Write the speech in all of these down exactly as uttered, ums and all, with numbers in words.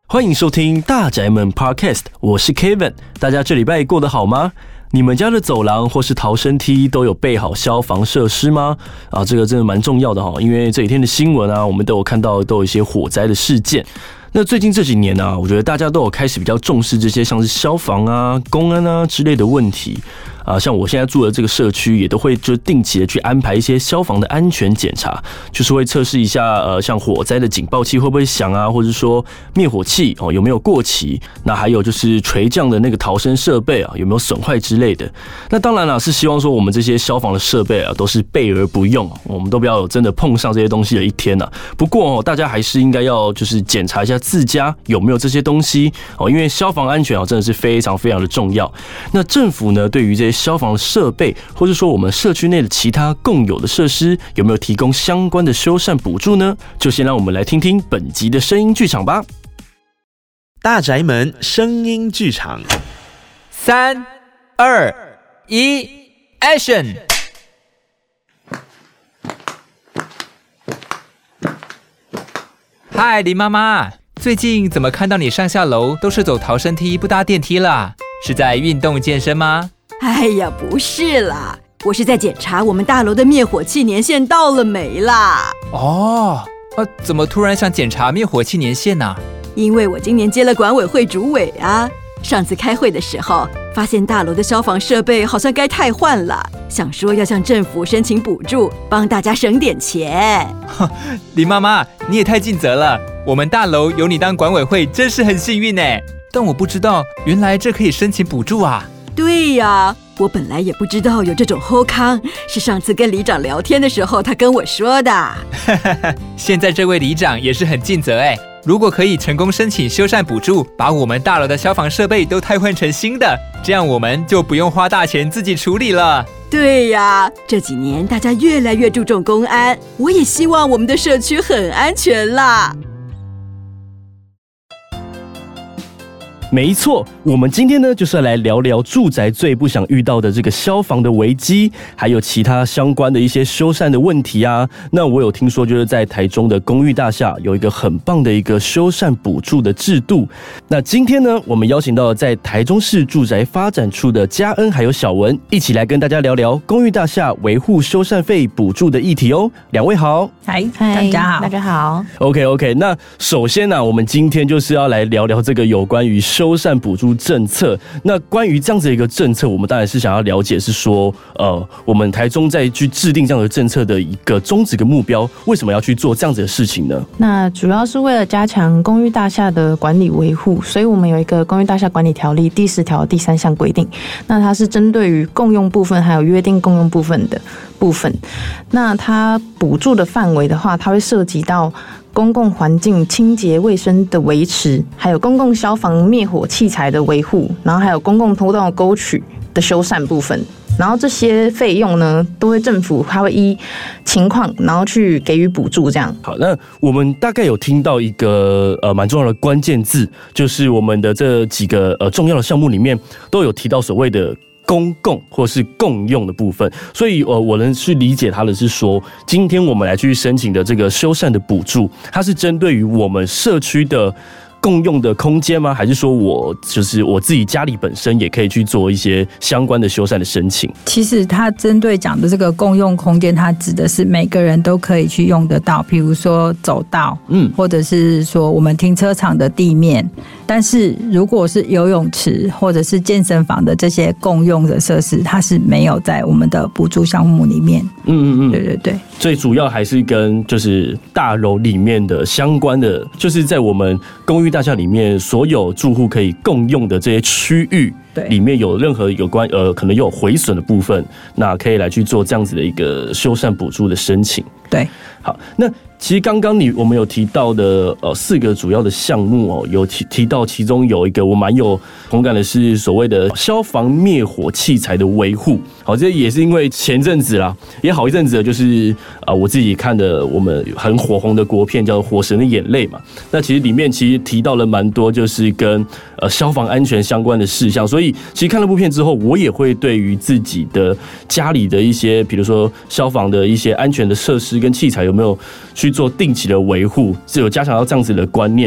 欢迎收听大宅门 Podcast， 我是 Kevin。大家这礼拜过得好吗？你们家的走廊或是逃生梯都有备好消防设施吗？啊，这个真的蛮重要的哈，因为这几天的新闻啊，我们都有看到都有一些火灾的事件。那最近这几年啊，我觉得大家都有开始比较重视这些像是消防啊、公安啊之类的问题。啊，像我现在住的这个社区，也都会就定期的去安排一些消防的安全检查，就是会测试一下，呃，像火灾的警报器会不会响啊，或者说灭火器哦有没有过期，那还有就是垂降的那个逃生设备啊有没有损坏之类的。那当然啦，是希望说我们这些消防的设备啊都是备而不用，我们都不要有真的碰上这些东西的一天啊。不过哦，大家还是应该要就是检查一下自家有没有这些东西哦，因为消防安全啊真的是非常非常的重要。那政府呢，对于这些消防的设备，或者说我们社区内的其他共有的设施，有没有提供相关的修缮补助呢？就先让我们来听听本集的声音剧场吧。 大宅门声音剧场， 三、二、一 ，Action！ 嗨，林妈妈，最近怎么看到你上下楼都是走逃生梯不搭电梯啦？是在运动健身吗？ 哎呀，不是啦，我是在检查我们大楼的灭火器年限到了没啦。 哦，呃，怎么突然想检查灭火器年限呢？ 因为我今年接了管委会主委啊，上次开会的时候，发现大楼的消防设备好像该汰换了，想说要向政府申请补助，帮大家省点钱。 林妈妈，你也太尽责了，我们大楼有你当管委会，真是很幸运哎。但我不知道，原来这可以申请补助啊。 对呀，我本来也不知道有这种后康，是上次跟里长聊天的时候他跟我说的。 现在这位里长也是很尽责哎，如果可以成功申请修缮补助，把我们大楼的消防设备都汰换成新的，这样我们就不用花大钱自己处理了。 对呀，这几年大家越来越注重公安，我也希望我们的社区很安全啦。 没错，我们今天呢就是要来聊聊住宅最不想遇到的这个消防的危机，还有其他相关的一些修缮的问题啊。那我有听说，就是在台中的公寓大厦有一个很棒的一个修缮补助的制度。那今天呢，我们邀请到了在台中市住宅发展处的嘉恩还有小文，一起来跟大家聊聊公寓大厦维护修缮费补助的议题哦。两位好。 嗨，大家好，大家好。 OK OK， 那首先呢、啊，我们今天就是要来聊聊这个有关于修缮补助政策。那关于这样子的一个政策，我们当然是想要了解是说，呃，我们台中在去制定这样的政策的一个宗旨跟目标，为什么要去做这样子的事情呢？ 那主要是为了加强公寓大厦的管理维护，所以我们有一个公寓大厦管理条例第十条第三项规定，那它是针对于共用部分还有约定共用部分的部分。那它补助的范围的话，它会涉及到公共环境清洁卫生的维持，还有公共消防灭火器材的维护，然后还有公共通道沟渠的修缮部分。然后这些费用呢，都会政府它会依情况，然后去给予补助这样。 好，那我们大概有听到一个呃蛮重要的关键字，就是我们的这几个呃重要的项目里面都有提到所谓的公共或是共用的部分，所以呃，我能去理解它的是说，今天我们来去申请的这个修缮的补助，它是针对于我们社区的共用的空间吗？还是说我就是我自己家里本身也可以去做一些相关的修缮的申请？ 其实它针对讲的这个共用空间，它指的是每个人都可以去用得到，比如说走道，嗯，或者是说我们停车场的地面。但是如果是游泳池或者是健身房的这些共用的设施，它是没有在我们的补助项目里面。嗯嗯嗯，对对对。 最主要还是跟就是大楼里面的相关的，就是在我们公寓大厦里面所有住户可以共用的这些区域。里面有任何有关呃可能有毁损的部分，那可以来去做这样子的一个修缮补助的申请。 对， 好，那其实刚刚你我们有提到的呃四个主要的项目哦，有提提到其中有一个我蛮有同感的是所谓的消防灭火器材的维护。好，这也是因为前阵子啦，也好一阵子了，就是呃我自己看的我们很火红的国片叫《火神的眼泪》嘛。那其实里面其实提到了蛮多就是跟呃消防安全相关的事项，所以其实看了部片之后，我也会对于自己的家里的一些，比如说消防的一些安全的设施跟器材有没有去做定期的维护，是有加强到这样子的观念。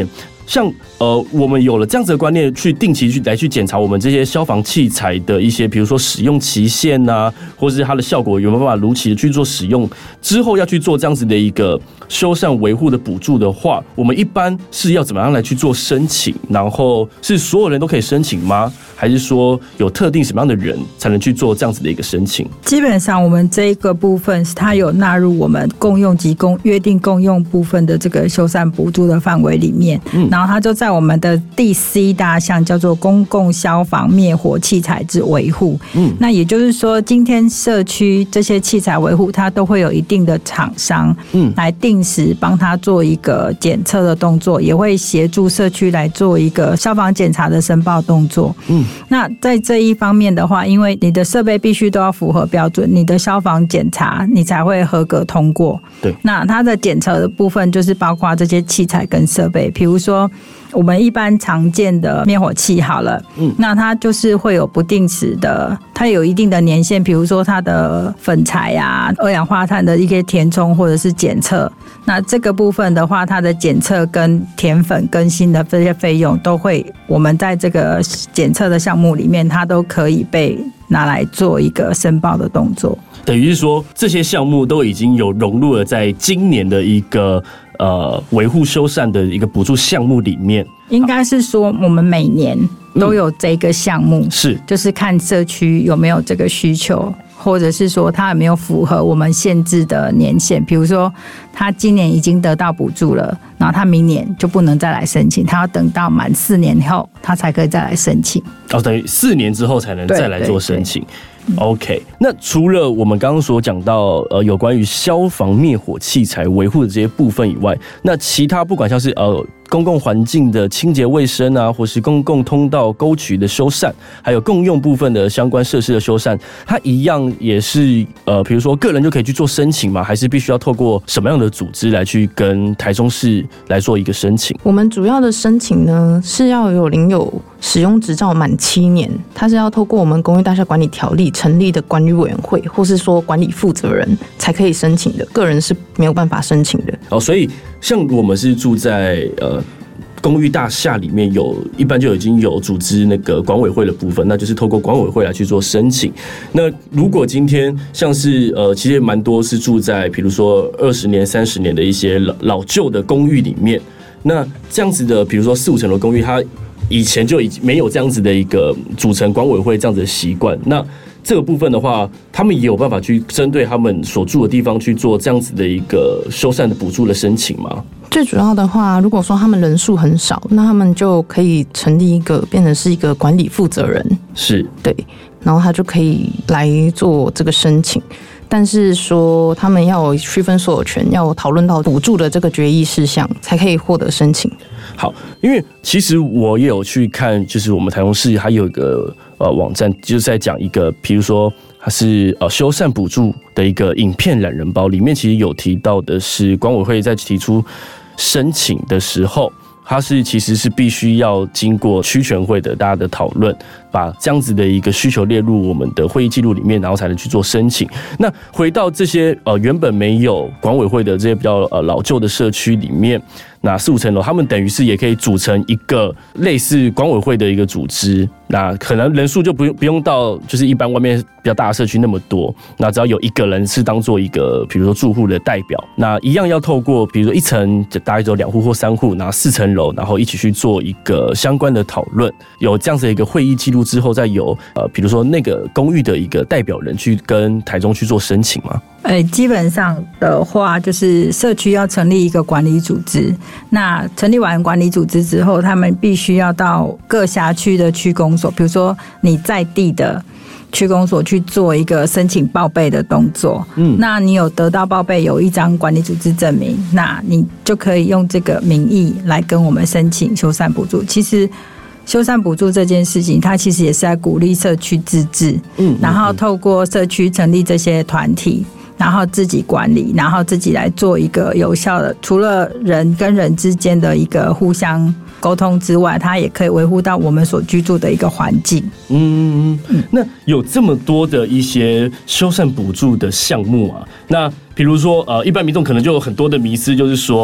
像呃，我们有了这样子的观念，去定期去来去检查我们这些消防器材的一些，比如说使用期限啊，或是它的效果有没有办法如期的去做使用，之后要去做这样子的一个修缮维护的补助的话，我们一般是要怎么样来去做申请？然后是所有人都可以申请吗？还是说有特定什么样的人才能去做这样子的一个申请？ 基本上，我们这一个部分是它有纳入我们共用及共约定共用部分的这个修缮补助的范围里面，嗯，然后它就在我们的第 C 大项叫做公共消防灭火器材之维护，嗯，那也就是说，今天社区这些器材维护，它都会有一定的厂商，嗯，来定时帮他做一个检测的动作，也会协助社区来做一个消防检查的申报动作，嗯。那在这一方面的话，因为你的设备必须都要符合标准，你的消防检查你才会合格通过。 对， 那它的检测的部分就是包括这些器材跟设备，比如说我们一般常见的灭火器好了，嗯，那它就是会有不定时的，它有一定的年限，比如说它的粉材啊、二氧化碳的一些填充或者是检测。那这个部分的话，它的检测跟填粉更新的这些费用，都会我们在这个检测的项目里面，它都可以被拿来做一个申报的动作。 等于是说，这些项目都已经有融入了在今年的一个呃维护修缮的一个补助项目里面。 应该是说，我们每年都有这个项目，嗯、 是就是看社区有没有这个需求。或者是说他有没有符合我们限制的年限，比如说他今年已经得到补助了，然后他明年就不能再来申请，他要等到满四年后他才可以再来申请。 哦，等于四年之后才能再来做申请。OK， 那除了我们刚刚所讲到呃有关于消防灭火器材维护的这些部分以外，那其他不管像是呃公共环境的清洁卫生啊，或是公共通道沟渠的修缮，还有共用部分的相关设施的修缮，它一样也是呃比如说个人就可以去做申请吗？还是必须要透过什么样的组织来去跟台中市来做一个申请？ 我们主要的申请呢是要有领有使用执照满七年，它是要透过我们公寓大厦管理条例成立的管理委员会，或是说管理负责人才可以申请的，个人是没有办法申请的。 哦，所以像我们是住在呃公寓大厦里面有，一般就已经有组织那个管委会的部分，那就是透过管委会来去做申请。那如果今天像是呃，其实蛮多是住在比如说二十年、三十年的一些老老旧的公寓里面，那这样子的，比如说四五层楼公寓，它以前就已经没有这样子的一个组成管委会这样子的习惯，那这个部分的话，他们也有办法去针对他们所住的地方去做这样子的一个修缮的补助的申请吗？ 最主要的话，如果说他们人数很少，那他们就可以成立一个变成是一个管理负责人， 是对，然后他就可以来做这个申请。但是说他们要有区分所有权，要讨论到补助的这个决议事项，才可以获得申请。 好，因为其实我也有去看，就是我们台中市还有一个呃网站，就是在讲一个，比如说它是呃修缮补助的一个影片懒人包，里面其实有提到的是管委会在提出申请的时候，它是其实是必须要经过区权会的大家的讨论，把这样子的一个需求列入我们的会议记录里面，然后才能去做申请。那回到这些呃原本没有管委会的这些比较呃老旧的社区里面，那四五层楼，他们等于是也可以组成一个类似管委会的一个组织。那可能人数就不用不用到就是一般外面比较大的社区那么多，那只要有一个人是当做一个比如说住户的代表，那一样要透过比如说一层大概只有两户或三户，然后四层楼，然后一起去做一个相关的讨论，有这样子的一个会议记录之后，再由呃比如说那个公寓的一个代表人去跟台中去做申请吗？ 呃，基本上的话，就是社区要成立一个管理组织。那成立完管理组织之后，他们必须要到各辖区的区公所，比如说你在地的区公所去做一个申请报备的动作。嗯，那你有得到报备，有一张管理组织证明，那你就可以用这个名义来跟我们申请修缮补助。其实修缮补助这件事情，它其实也是在鼓励社区自治，嗯，然后透过社区成立这些团体，然后自己管理，然后自己来做一个有效的，除了人跟人之间的一个互相沟通之外，它也可以维护到我们所居住的一个环境。 嗯，那有这么多的一些修缮补助的项目啊，那比如说呃，一般民众可能就有很多的迷思，就是说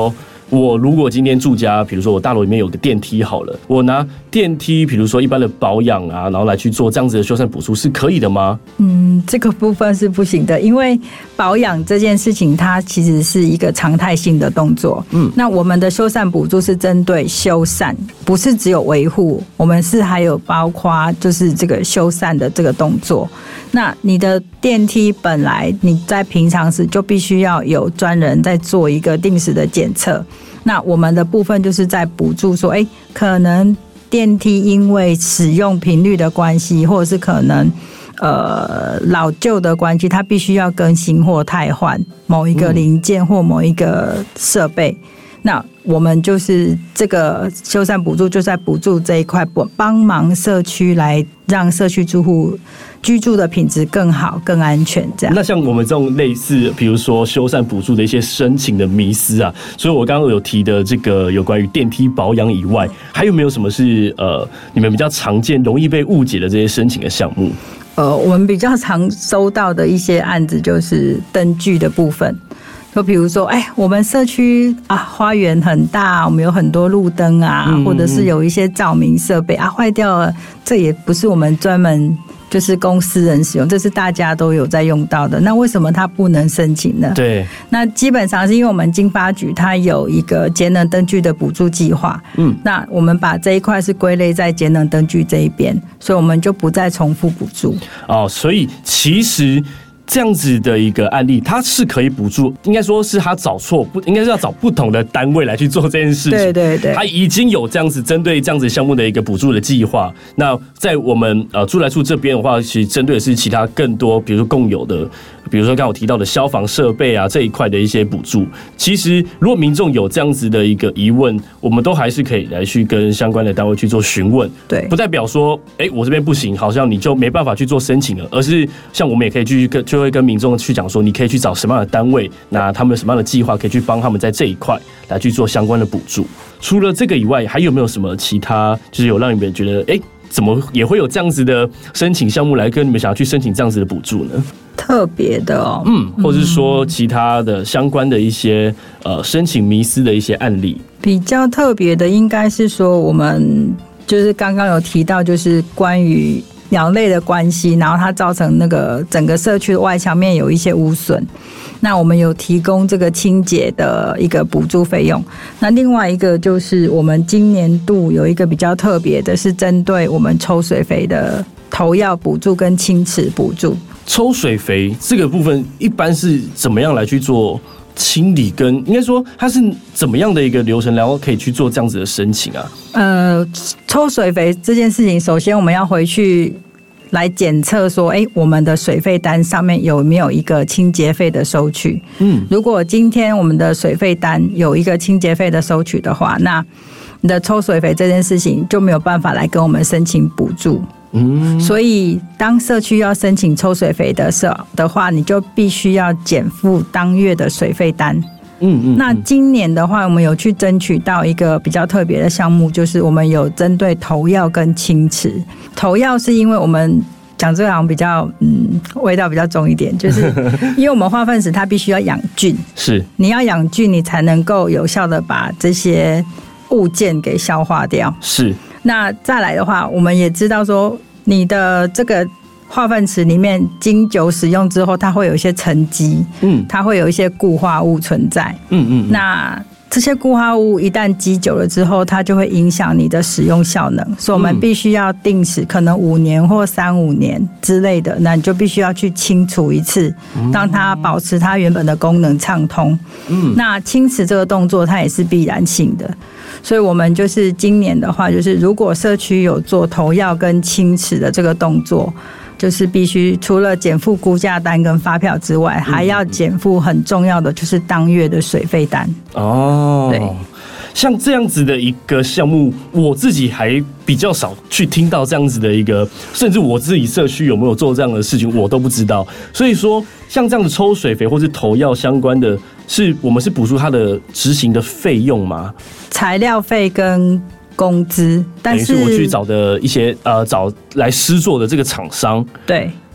我如果今天住家，比如说我大楼里面有个电梯好了，我拿电梯，比如说一般的保养啊，然后来去做这样子的修缮补助，是可以的吗？ 嗯，这个部分是不行的，因为保养这件事情，它其实是一个常态性的动作。嗯，那我们的修缮补助是针对修缮，不是只有维护，我们是还有包括就是这个修缮的这个动作。那你的电梯本来你在平常时就必须要有专人在做一个定时的检测。那我们的部分就是在补助说，哎，可能电梯因为使用频率的关系，或者是可能呃老旧的关系，它必须要更新或汰换某一个零件或某一个设备。嗯，那我们就是这个修缮补助，就在补助这一块，帮忙社区来让社区住户居住的品质更好、更安全。这样。 那像我们这种类似，比如说修缮补助的一些申请的迷思啊，所以我刚刚有提的这个有关于电梯保养以外，还有没有什么是呃你们比较常见、容易被误解的这些申请的项目？ 呃，我们比较常收到的一些案子就是灯具的部分。就比如说，哎，我们社区啊，花园很大，我们有很多路灯啊，嗯嗯嗯，或者是有一些照明设备啊坏掉了，这也不是我们专门就是供私人使用，这是大家都有在用到的。那为什么它不能申请呢？ 对， 那基本上是因为我们经发局它有一个节能灯具的补助计划，嗯，那我们把这一块是归类在节能灯具这一边，所以我们就不再重复补助。哦， 所以其实这样子的一个案例，它是可以补助，应该说是他找错，不应该是要找不同的单位来去做这件事情。 对对对， 他已经有这样子针对这样子项目的一个补助的计划。那在我们呃住来处这边的话，其实针对的是其他更多，比如说共有的，比如说刚刚我提到的消防设备啊这一块的一些补助。其实如果民众有这样子的一个疑问，我们都还是可以来去跟相关的单位去做询问。 对， 不代表说，哎、欸，我这边不行，好像你就没办法去做申请了，而是像我们也可以继续跟。就会跟民众去讲说，你可以去找什么样的单位，那他们有什么样的计划可以去帮他们在这一块来去做相关的补助。除了这个以外，还有没有什么其他就是有让你们觉得，哎、欸，怎么也会有这样子的申请项目来跟你们想要去申请这样子的补助呢？ 特别的哦， 嗯，或者是说其他的相关的一些呃申请迷思的一些案例。 比较特别的应该是说，我们就是刚刚有提到，就是关于鸟类的关系，然后它造成那个整个社区的外墙面有一些污损，那我们有提供这个清洁的一个补助费用。那另外一个就是我们今年度有一个比较特别的，是针对我们抽水肥的投药补助跟清池补助。 抽水肥这个部分一般是怎么样来去做清理，跟应该说它是怎么样的一个流程，然后可以去做这样子的申请啊？ 呃，抽水肥这件事情，首先我们要回去来检测说，哎，我们的水费单上面有没有一个清洁费的收取？嗯，如果今天我们的水费单有一个清洁费的收取的话，那你的抽水肥这件事情就没有办法来跟我们申请补助。嗯，所以当社区要申请抽水肥的时候的话，你就必须要减负当月的水费单。嗯嗯，那今年的话，我们有去争取到一个比较特别的项目，就是我们有针对投药跟清池。投药是因为我们讲这个好像比较嗯味道比较重一点，就是因为我们化粪池它必须要养菌， 是你要养菌，你才能够有效的把这些物件给消化掉。 是。 那再来的话，我们也知道说，你的这个化粪池里面经久使用之后，它会有一些沉积，嗯，它会有一些固化物存在，嗯 嗯, 嗯。那这些固化物一旦积久了之后，它就会影响你的使用效能，所以我们必须要定时，可能五年或三五年之类的，那你就必须要去清除一次，让它保持它原本的功能畅通。嗯，那清池这个动作它也是必然性的。所以我们就是今年的话，就是如果社区有做投药跟清池的这个动作，就是必须除了减负估价单跟发票之外，还要减负很重要的就是当月的水费单。哦，对。 像这样子的一个项目，我自己还比较少去听到这样子的一个，甚至我自己社区有没有做这样的事情，我都不知道。所以说，像这样的抽水肥或是投药相关的，是我们是补助它的执行的费用吗？ 材料费跟工资，但是我去找的一些呃找来施作的这个厂商， 对，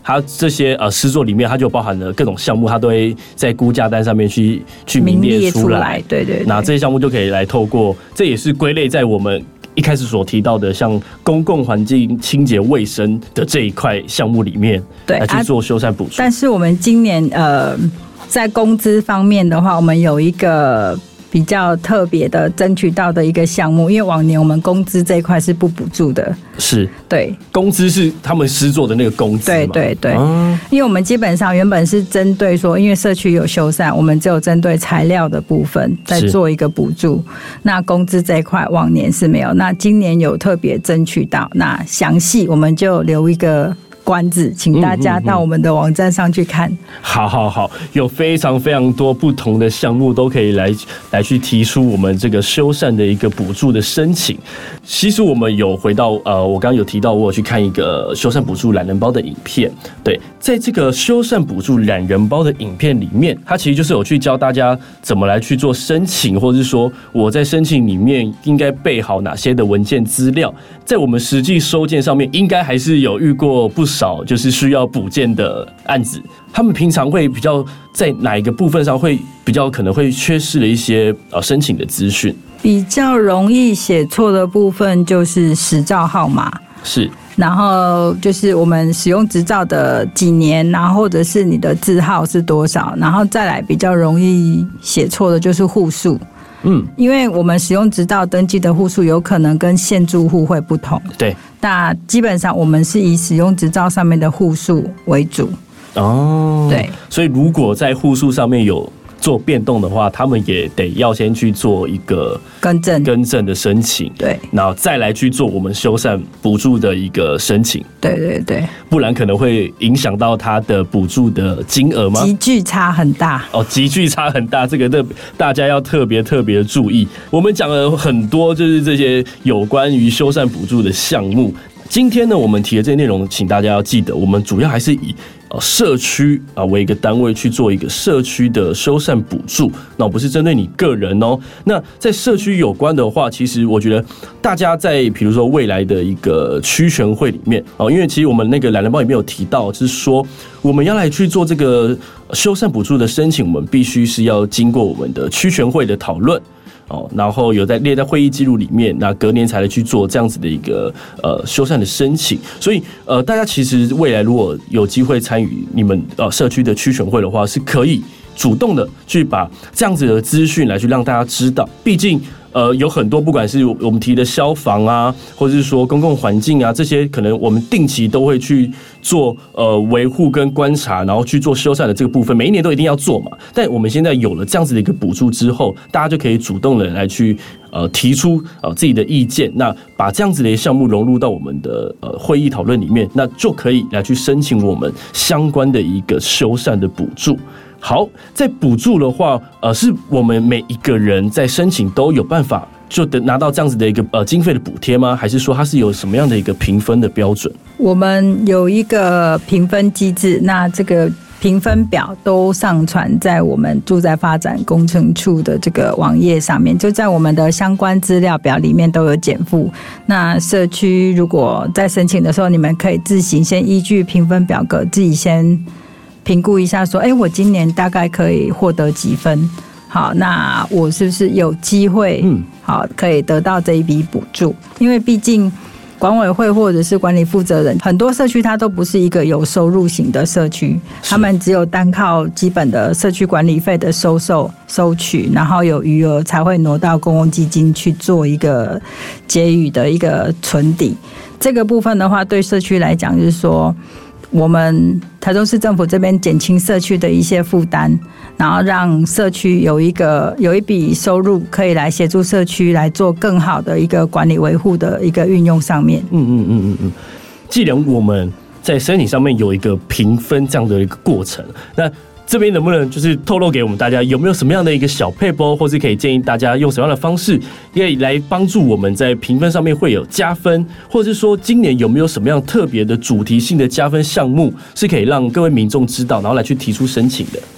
它这些呃施作里面，它就包含了各种项目，它都会在估价单上面去去明列出来。出来对 对, 对。 那这些项目就可以来透过，这也是归类在我们一开始所提到的，像公共环境清洁卫生的这一块项目里面，对，来去做修缮补助。 但是我们今年呃，在工资方面的话，我们有一个比较特别的争取到的一个项目，因为往年我们工资这一块是不补助的， 是对， 工资是他们施作的那个工资嘛， 对对对、啊，因为我们基本上原本是针对说，因为社区有修缮，我们只有针对材料的部分在做一个补助，那工资这一块往年是没有，那今年有特别争取到，那详细我们就留一个关子，请大家到我们的网站上去看。嗯嗯嗯、 好好好，有非常非常多不同的项目都可以来来去提出我们这个修缮的一个补助的申请。其实我们有回到呃，我刚刚有提到，我有去看一个修缮补助懒人包的影片。对，在这个修缮补助懒人包的影片里面，它其实就是有去教大家怎么来去做申请，或者是说我在申请里面应该备好哪些的文件资料。在我们实际收件上面，应该还是有遇过不少就是需要补件的案子。他们平常会比较在哪一个部分上会比较可能会缺失了一些呃申请的资讯？ 比较容易写错的部分就是执照号码， 是， 然后就是我们使用执照的几年，然后或者是你的字号是多少，然后再来比较容易写错的就是户数。嗯，因为我们使用执照登记的户数有可能跟现住户会不同。 对， 那基本上我们是以使用执照上面的户数为主。 哦， 对， 所以如果在户数上面有做变动的话，他们也得要先去做一个更正更正的申请， 对， 然后再来去做我们修缮补助的一个申请， 对对对， 不然可能会影响到他的补助的金额吗？ 急剧差很大哦，急剧差很大，这个的大家要特别特别注意。我们讲了很多，就是这些有关于修缮补助的项目。今天呢，我们提的这些内容，请大家要记得，我们主要还是以呃社区啊为一个单位去做一个社区的修缮补助，那不是针对你个人哦。那在社区有关的话，其实我觉得大家在比如说未来的一个区权会里面哦，因为其实我们那个懒人包里面有提到，就是说我们要来去做这个修缮补助的申请，我们必须是要经过我们的区权会的讨论。哦，然后有在列在会议记录里面，那隔年才来去做这样子的一个呃修缮的申请。所以呃，大家其实未来如果有机会参与你们呃社区的区权会的话，是可以主动的去把这样子的资讯来去让大家知道。毕竟呃有很多不管是我们提的消防啊，或者是说公共环境啊，这些可能我们定期都会去做呃维护跟观察，然后去做修缮的这个部分，每一年都一定要做嘛。但我们现在有了这样子的一个补助之后，大家就可以主动的来去呃提出呃自己的意见，那把这样子的项目融入到我们的呃会议讨论里面，那就可以来去申请我们相关的一个修缮的补助。好，在补助的话，呃，是我们每一个人在申请都有办法就得拿到这样子的一个呃经费的补贴吗？还是说它是有什么样的一个评分的标准？ 我们有一个评分机制，那这个评分表都上传在我们住宅发展工程处的这个网页上面，就在我们的相关资料表里面都有简附。那社区如果在申请的时候，你们可以自行先依据评分表格自己先评估一下说，哎，我今年大概可以获得几分？好，那我是不是有机会，嗯，好，可以得到这一笔补助？因为毕竟管委会或者是管理负责人，很多社区它都不是一个有收入型的社区，他们只有单靠基本的社区管理费的收受收取，然后有余额才会挪到公共基金去做一个结余的一个存底。这个部分的话，对社区来讲就是说，我们台中市政府这边减轻社区的一些负担，然后让社区有一个有一笔收入，可以来协助社区来做更好的一个管理维护的一个运用上面。 嗯嗯嗯嗯嗯。既然我们在申请上面有一个评分这样的一个过程，那这边能不能就是透露给我们大家，有没有什么样的一个小撇步，或是可以建议大家用什么样的方式，可以来帮助我们在评分上面会有加分，或者是说今年有没有什么样特别的主题性的加分项目，是可以让各位民众知道，然后来去提出申请的？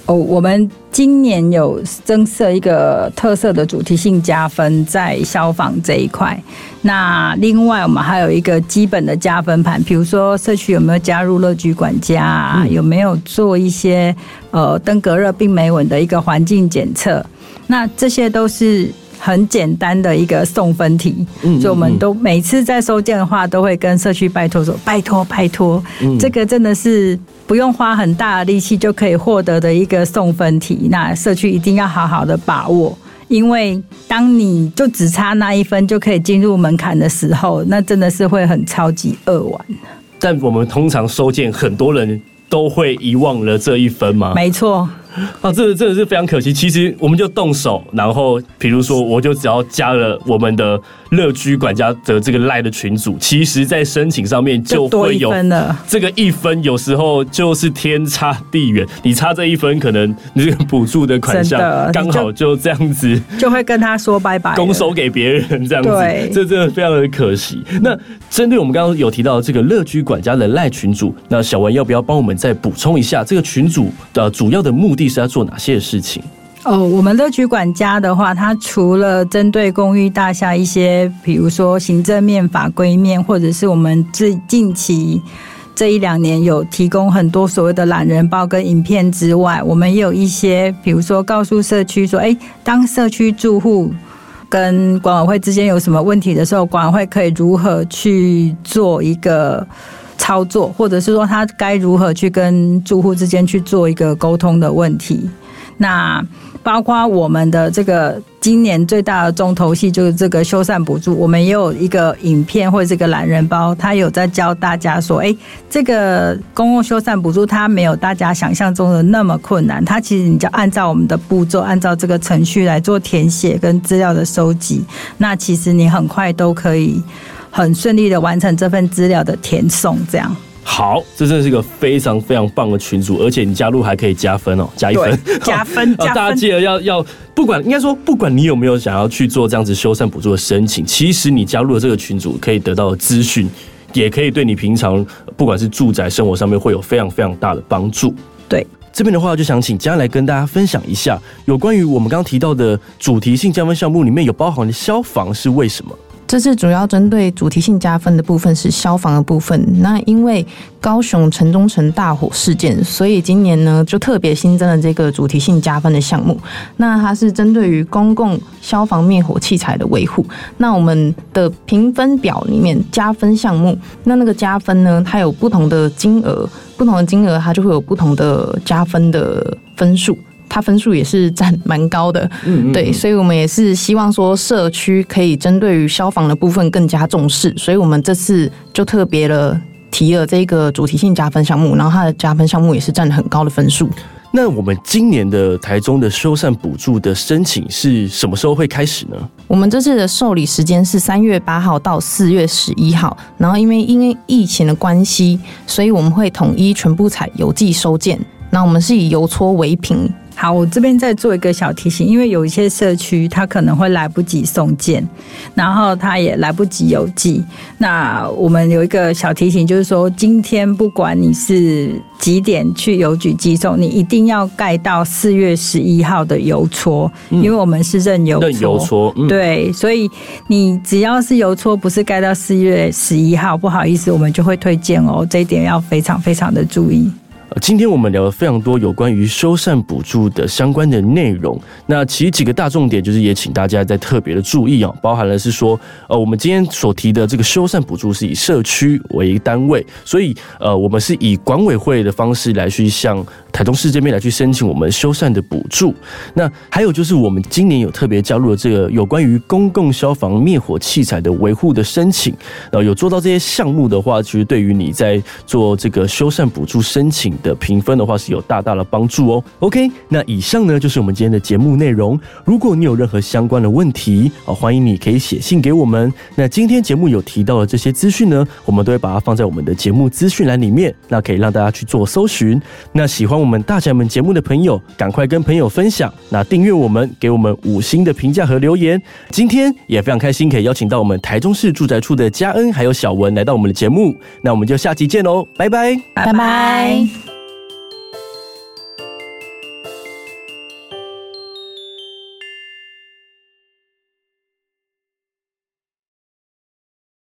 哦，我们今年有增设一个特色的主题性加分在消防这一块。那另外我们还有一个基本的加分盘，比如说社区有没有加入乐居管家、啊嗯、有没有做一些呃登革热病媒蚊的一个环境检测，那这些都是很简单的一个送分题，嗯嗯嗯，所以我们都每次在收件的话，都会跟社区拜托说，拜托拜托、嗯，这个真的是不用花很大的力气就可以获得的一个送分题，那社区一定要好好的把握。因为当你就只差那一分就可以进入门槛的时候，那真的是会很超级扼腕。 但我们通常收件，很多人都会遗忘了这一分吗？ 没错。 啊，这个真的是非常可惜。其实我们就动手，然后比如说，我就只要加了我们的乐居管家的这个赖的群组，其实在申请上面就会有这个一分，有时候就是天差地远。你差这一分，可能你这个补助的款项刚好就这样子， 就会跟他说拜拜， 拱手给别人这样子，对，这真的非常的可惜。那针对我们刚刚有提到这个乐居管家的赖群组，那小文要不要帮我们再补充一下这个群组的主要的目的是要做哪些事情？ 哦，我们乐居管家的话，它除了针对公寓大厦一些，比如说行政面、法规面，或者是我们最近期这一两年有提供很多所谓的懒人包跟影片之外，我们也有一些，比如说告诉社区说，哎，当社区住户跟管委会之间有什么问题的时候，管委会可以如何去做一个操作，或者是说他该如何去跟住户之间去做一个沟通的问题。那包括我们的这个今年最大的重头戏就是这个修缮补助，我们也有一个影片或者这个懒人包，他有在教大家说，哎，这个公共修缮补助它没有大家想象中的那么困难，它其实你就按照我们的步骤，按照这个程序来做填写跟资料的收集，那其实你很快都可以很顺利的完成这份资料的填送，这样。 好，这真的是一个非常非常棒的群组，而且你加入还可以加分哦，加一分， 加分，加分。 大家记得要要，不管应该说，不管你有没有想要去做这样子修缮补助的申请，其实你加入了这个群组，可以得到的资讯，也可以对你平常不管是住宅生活上面会有非常非常大的帮助。 对。 这边的话，就想请嘉来跟大家分享一下，有关于我们刚刚提到的主题性加分项目里面有包含的消防是为什么？ 这次主要针对主题性加分的部分是消防的部分。那因为高雄城中城大火事件，所以今年呢就特别新增了这个主题性加分的项目。那它是针对于公共消防灭火器材的维护。那我们的评分表里面加分项目，那那个加分呢，它有不同的金额，不同的金额它就会有不同的加分的分数。它分数也是占蛮高的，嗯嗯嗯，对，所以我们也是希望说社区可以针对于消防的部分更加重视，所以我们这次就特别了提了这个主题性加分项目，然后它的加分项目也是占很高的分数。 那我们今年的台中的修缮补助的申请是什么时候会开始呢？ 我们这次的受理时间是三月八号到四月十一号，然后因为因为疫情的关系，所以我们会统一全部采邮寄收件，那我们是以邮戳为凭。 好，我这边再做一个小提醒，因为有一些社区它可能会来不及送件，然后它也来不及邮寄。那我们有一个小提醒，就是说今天不管你是几点去邮局寄送，你一定要盖到四月十一号的邮戳，因为我们是认邮戳。认邮戳，嗯， 对，所以你只要是邮戳不是盖到四月十一号，不好意思，我们就会退件哦，这一点要非常非常的注意。 今天我们聊了非常多有关于修缮补助的相关的内容，那其实几个大重点就是也请大家再特别的注意哦，包含了是说，呃，我们今天所提的这个修缮补助是以社区为单位，所以呃，我们是以管委会的方式来去向台中市这边来去申请我们修缮的补助。那还有就是我们今年有特别加入了这个有关于公共消防灭火器材的维护的申请，呃，有做到这些项目的话，其实对于你在做这个修缮补助申请的评分的话是有大大的帮助哦。OK， 那以上呢就是我们今天的节目内容。如果你有任何相关的问题，欢迎你可以写信给我们。那今天节目有提到的这些资讯呢，我们都会把它放在我们的节目资讯栏里面，那可以让大家去做搜寻。那喜欢我们大宅门节目的朋友，赶快跟朋友分享，那订阅我们，给我们五星的评价和留言。今天也非常开心可以邀请到我们台中市住宅处的嘉恩还有小文来到我们的节目，那我们就下集见喽，拜拜， 拜拜。